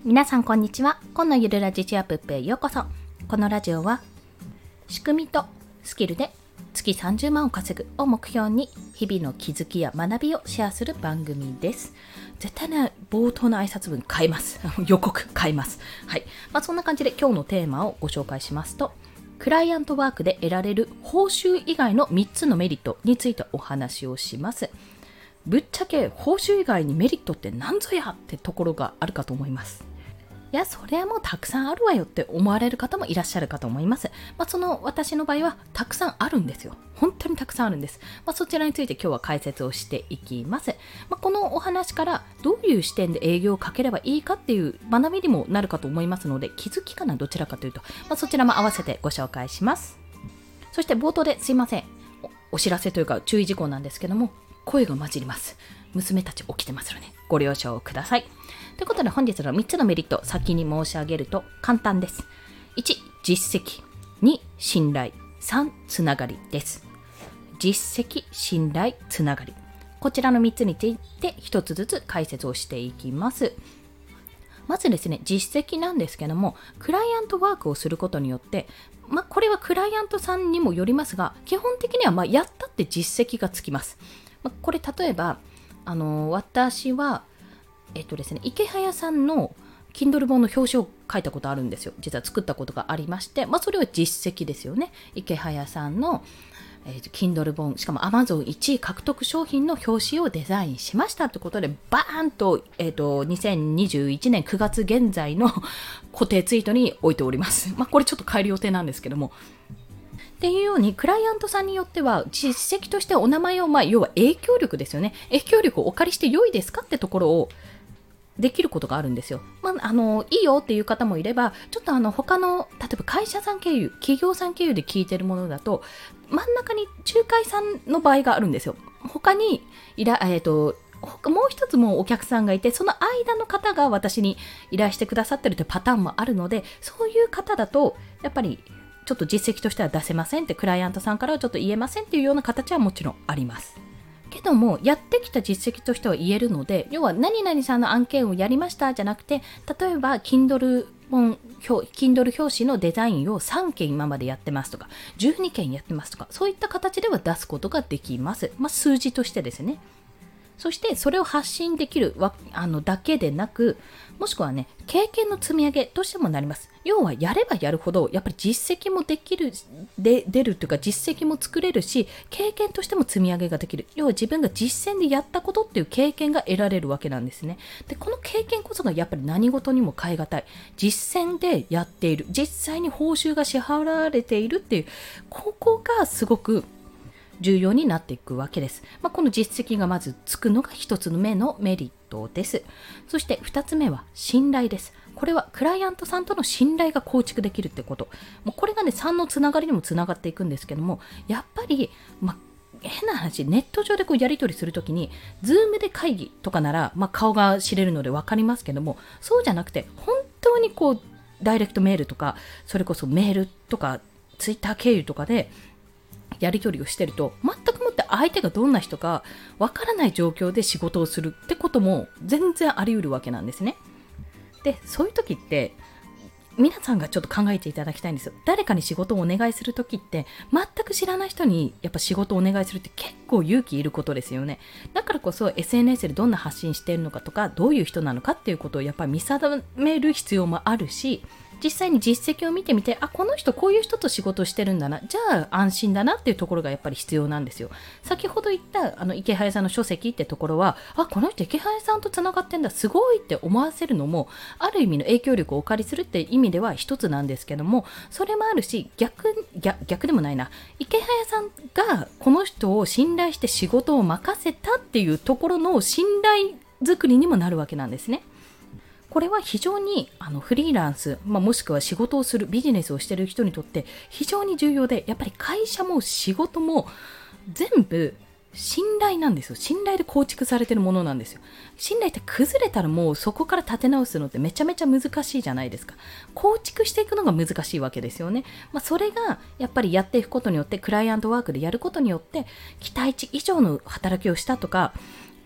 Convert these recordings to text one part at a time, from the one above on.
皆さんこんにちは。今のゆるラジチアップへようこそ。このラジオは仕組みとスキルで月30万を稼ぐを目標に日々の気づきや学びをシェアする番組です。絶対ね、冒頭の挨拶文変えます。予告変えます。はい。そんな感じで今日のテーマをご紹介しますと、クライアントワークで得られる報酬以外の3つのメリットについてお話をします。ぶっちゃけ報酬以外にメリットって何ぞやってところがあるかと思います。いや、それはもうたくさんあるわよって思われる方もいらっしゃるかと思います。その私の場合はたくさんあるんですよ。本当にたくさんあるんです。そちらについて今日は解説をしていきます。このお話からどういう視点で営業をかければいいかっていう学びにもなるかと思いますので、気づきかなどちらかというと、そちらも合わせてご紹介します。そして冒頭ですいません。お知らせというか注意事項なんですけども、声が混じります。娘たち起きてますのでご了承ください。ということで本日の3つのメリット先に申し上げると簡単です。1、実績。2、信頼。3、つながりです。実績、信頼、つながり。こちらの3つについて1つずつ解説をしていきます。まずですね、実績なんですけども、クライアントワークをすることによって、これはクライアントさんにもよりますが、基本的にはやったって実績がつきます。これ例えば、私はですね、池早さんの Kindle 本の表紙を書いたことあるんですよ。実は作ったことがありまして、それは実績ですよね。池早さんの、Kindle 本、しかも Amazon 1位獲得商品の表紙をデザインしましたということで、バーンと、2021年9月現在の固定ツイートに置いております。これちょっと変える予定なんですけども。っていうようにクライアントさんによっては実績としてお名前を、要は影響力ですよね。影響力をお借りして良いですかってところをできることがあるんですよ。いいよっていう方もいれば、ちょっと他の例えば会社さん経由、企業さん経由で聞いてるものだと真ん中に仲介さんの場合があるんですよ。他にもう一つもお客さんがいて、その間の方が私に依頼してくださってるというパターンもあるので、そういう方だとやっぱりちょっと実績としては出せませんって、クライアントさんからはちょっと言えませんっていうような形はもちろんあります。けども、やってきた実績としては言えるので、要は何々さんの案件をやりましたじゃなくて、例えば Kindle 表紙のデザインを3件今までやってますとか、12件やってますとか、そういった形では出すことができます。数字としてですね。そしてそれを発信できるだけでなく、もしくはね、経験の積み上げとしてもなります。要はやればやるほどやっぱり実績も出るというか、実績も作れるし、経験としても積み上げができる。要は自分が実践でやったことっていう経験が得られるわけなんですね。で、この経験こそがやっぱり何事にも代え難い。実践でやっている、実際に報酬が支払われているっていう、ここがすごく重要になっていくわけです。この実績がまずつくのが一つ目のメリットです。そして二つ目は信頼です。これはクライアントさんとの信頼が構築できるってこと。これがね、3のつながりにもつながっていくんですけども、やっぱり、変な話、ネット上でやり取りするときに、ズームで会議とかなら、顔が知れるので分かりますけども、そうじゃなくて、本当にダイレクトメールとか、それこそメールとか、ツイッター経由とかで、やり取りをしてると、全くもって相手がどんな人かわからない状況で仕事をするってことも全然あり得るわけなんですね。で、そういう時って皆さんがちょっと考えていただきたいんですよ。誰かに仕事をお願いする時って全く知らない人にやっぱ仕事をお願いするって結構勇気いることですよね。だからこそ SNS でどんな発信しているのかとか、どういう人なのかっていうことをやっぱり見定める必要もあるし、実際に実績を見てみて、この人こういう人と仕事をしてるんだな、じゃあ安心だなっていうところがやっぱり必要なんですよ。先ほど言った池早さんの書籍ってところは、この人池早さんとつながってんだ、すごいって思わせるのも、ある意味の影響力をお借りするって意味では一つなんですけども、それもあるし、逆でもないな、池早さんがこの人を信頼して仕事を任せたっていうところの信頼作りにもなるわけなんですね。これは非常にフリーランス、もしくは仕事をする、ビジネスをしている人にとって非常に重要で、やっぱり会社も仕事も全部信頼なんですよ。信頼で構築されているものなんですよ。信頼って崩れたらもうそこから立て直すのってめちゃめちゃ難しいじゃないですか。構築していくのが難しいわけですよね。それがやっぱりやっていくことによって、クライアントワークでやることによって期待値以上の働きをしたとか、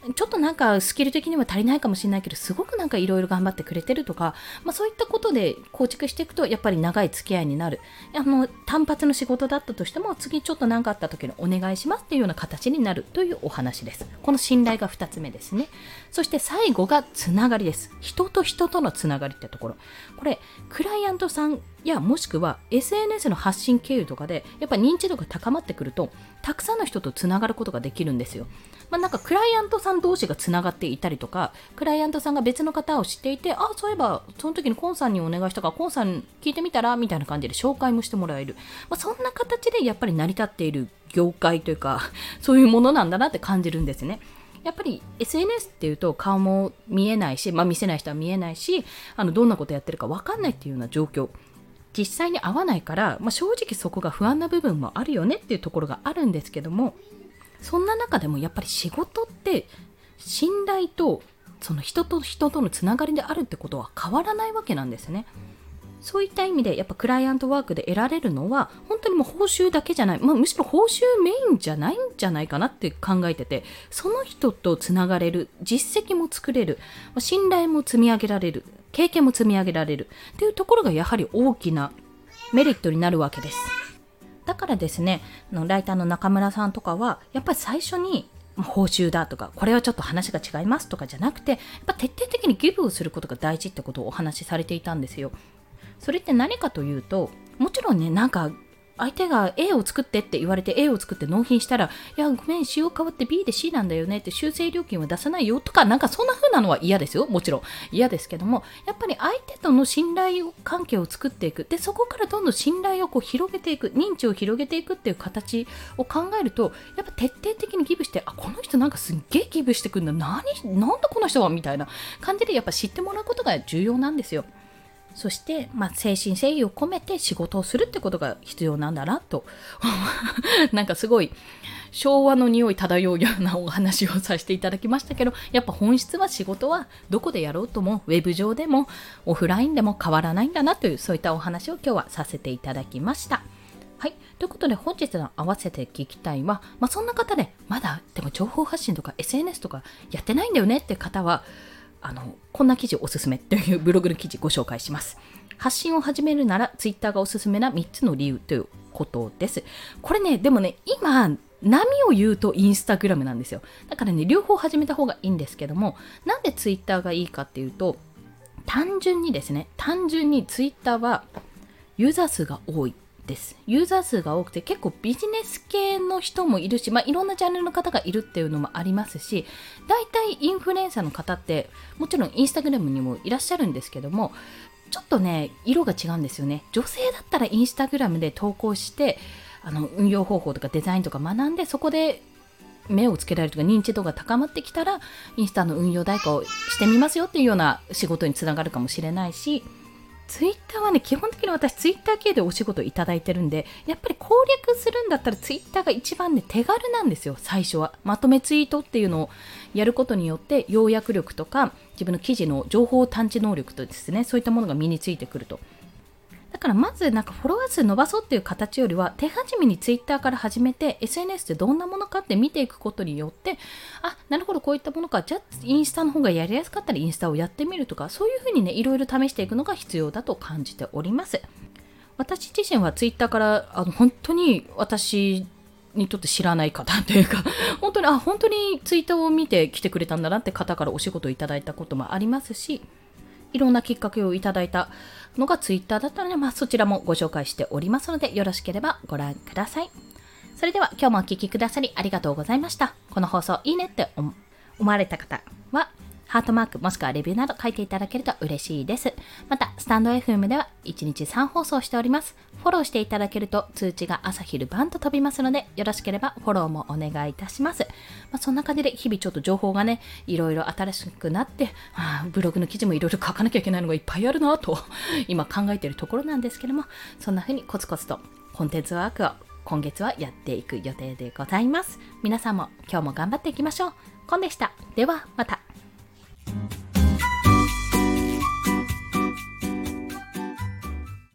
ちょっとなんかスキル的には足りないかもしれないけど、すごくなんかいろいろ頑張ってくれてるとか、そういったことで構築していくとやっぱり長い付き合いになる。単発の仕事だったとしても、次ちょっと何かあった時にお願いしますっていうような形になるというお話です。この信頼が2つ目ですね。そして最後がつながりです。人と人とのつながりってところ、これクライアントさんやもしくは SNS の発信経由とかでやっぱ認知度が高まってくると、たくさんの人とつながることができるんですよ。なんかクライアントさん同士がつながっていたりとか、クライアントさんが別の方を知っていて、そういえばその時にコンさんにお願いしたから、コンさん聞いてみたらみたいな感じで紹介もしてもらえる、そんな形でやっぱり成り立っている業界というか、そういうものなんだなって感じるんですね。やっぱり SNS っていうと顔も見えないし、見せない人は見えないし、どんなことやってるか分かんないっていうような状況、実際に会わないから、正直そこが不安な部分もあるよねっていうところがあるんですけども、そんな中でもやっぱり仕事って信頼とその人と人とのつながりであるってことは変わらないわけなんですね。そういった意味でやっぱクライアントワークで得られるのは本当にもう報酬だけじゃない、むしろ報酬メインじゃないんじゃないかなって考えてて、その人とつながれる、実績も作れる、信頼も積み上げられる、経験も積み上げられるっていうところがやはり大きなメリットになるわけです。だからですね、ライターの中村さんとかはやっぱり最初に報酬だとか、これはちょっと話が違いますとかじゃなくて、やっぱ徹底的にギブをすることが大事ってことをお話しされていたんですよ。それって何かというと、もちろんね、なんか相手が A を作ってって言われて A を作って納品したら、いやごめん、仕様変わって B で C なんだよねって修正料金は出さないよとか、なんかそんな風なのは嫌ですよ。もちろん嫌ですけども、やっぱり相手との信頼関係を作っていく、でそこからどんどん信頼を広げていく、認知を広げていくっていう形を考えると、やっぱ徹底的にギブして、この人なんかすっげえギブしてくんだ、なんだこの人はみたいな感じでやっぱ知ってもらうことが重要なんですよ。そして、誠心誠意を込めて仕事をするってことが必要なんだなとなんかすごい昭和の匂い漂うようなお話をさせていただきましたけど、やっぱ本質は仕事はどこでやろうともウェブ上でもオフラインでも変わらないんだなという、そういったお話を今日はさせていただきました。はい、ということで本日の合わせて聞きたいは、そんな方でまだでも情報発信とか SNS とかやってないんだよねって方は、こんな記事おすすめというブログの記事ご紹介します。発信を始めるならツイッターがおすすめな3つの理由ということです。これね、でもね、今波を言うとインスタグラムなんですよ。だからね、両方始めた方がいいんですけども、なんでツイッターがいいかっていうと、単純にツイッターはユーザー数が多いです。ユーザー数が多くて結構ビジネス系の人もいるし、いろんなジャンルの方がいるっていうのもありますし、大体インフルエンサーの方ってもちろんインスタグラムにもいらっしゃるんですけども、ちょっとね色が違うんですよね。女性だったらインスタグラムで投稿して運用方法とかデザインとか学んで、そこで目をつけられるとか認知度が高まってきたらインスタの運用代行をしてみますよっていうような仕事につながるかもしれないし、ツイッターはね、基本的に私ツイッター系でお仕事いただいてるんで、やっぱり攻略するんだったらツイッターが一番ね手軽なんですよ。最初はまとめツイートっていうのをやることによって要約力とか自分の記事の情報探知能力とですね、そういったものが身についてくると。だからまずなんかフォロワー数伸ばそうっていう形よりは、手始めにツイッターから始めて SNS ってどんなものかって見ていくことによって、なるほどこういったものか、じゃあインスタの方がやりやすかったらインスタをやってみるとか、そういうふうにねいろいろ試していくのが必要だと感じております。私自身はツイッターから本当に私にとって知らない方というか本当にツイッターを見て来てくれたんだなって方からお仕事をいただいたこともありますし、いろんなきっかけをいただいたのがツイッターだったので、そちらもご紹介しておりますので、よろしければご覧ください。それでは今日もお聞きくださりありがとうございました。この放送いいねって思われた方はハートマークもしくはレビューなど書いていただけると嬉しいです。またスタンド FM では1日3放送しております。フォローしていただけると通知が朝昼晩と飛びますので、よろしければフォローもお願いいたします。そんな感じで日々ちょっと情報がねいろいろ新しくなって、ブログの記事もいろいろ書かなきゃいけないのがいっぱいあるなと今考えているところなんですけども、そんな風にコツコツとコンテンツワークを今月はやっていく予定でございます。皆さんも今日も頑張っていきましょう。コンでした。ではまた。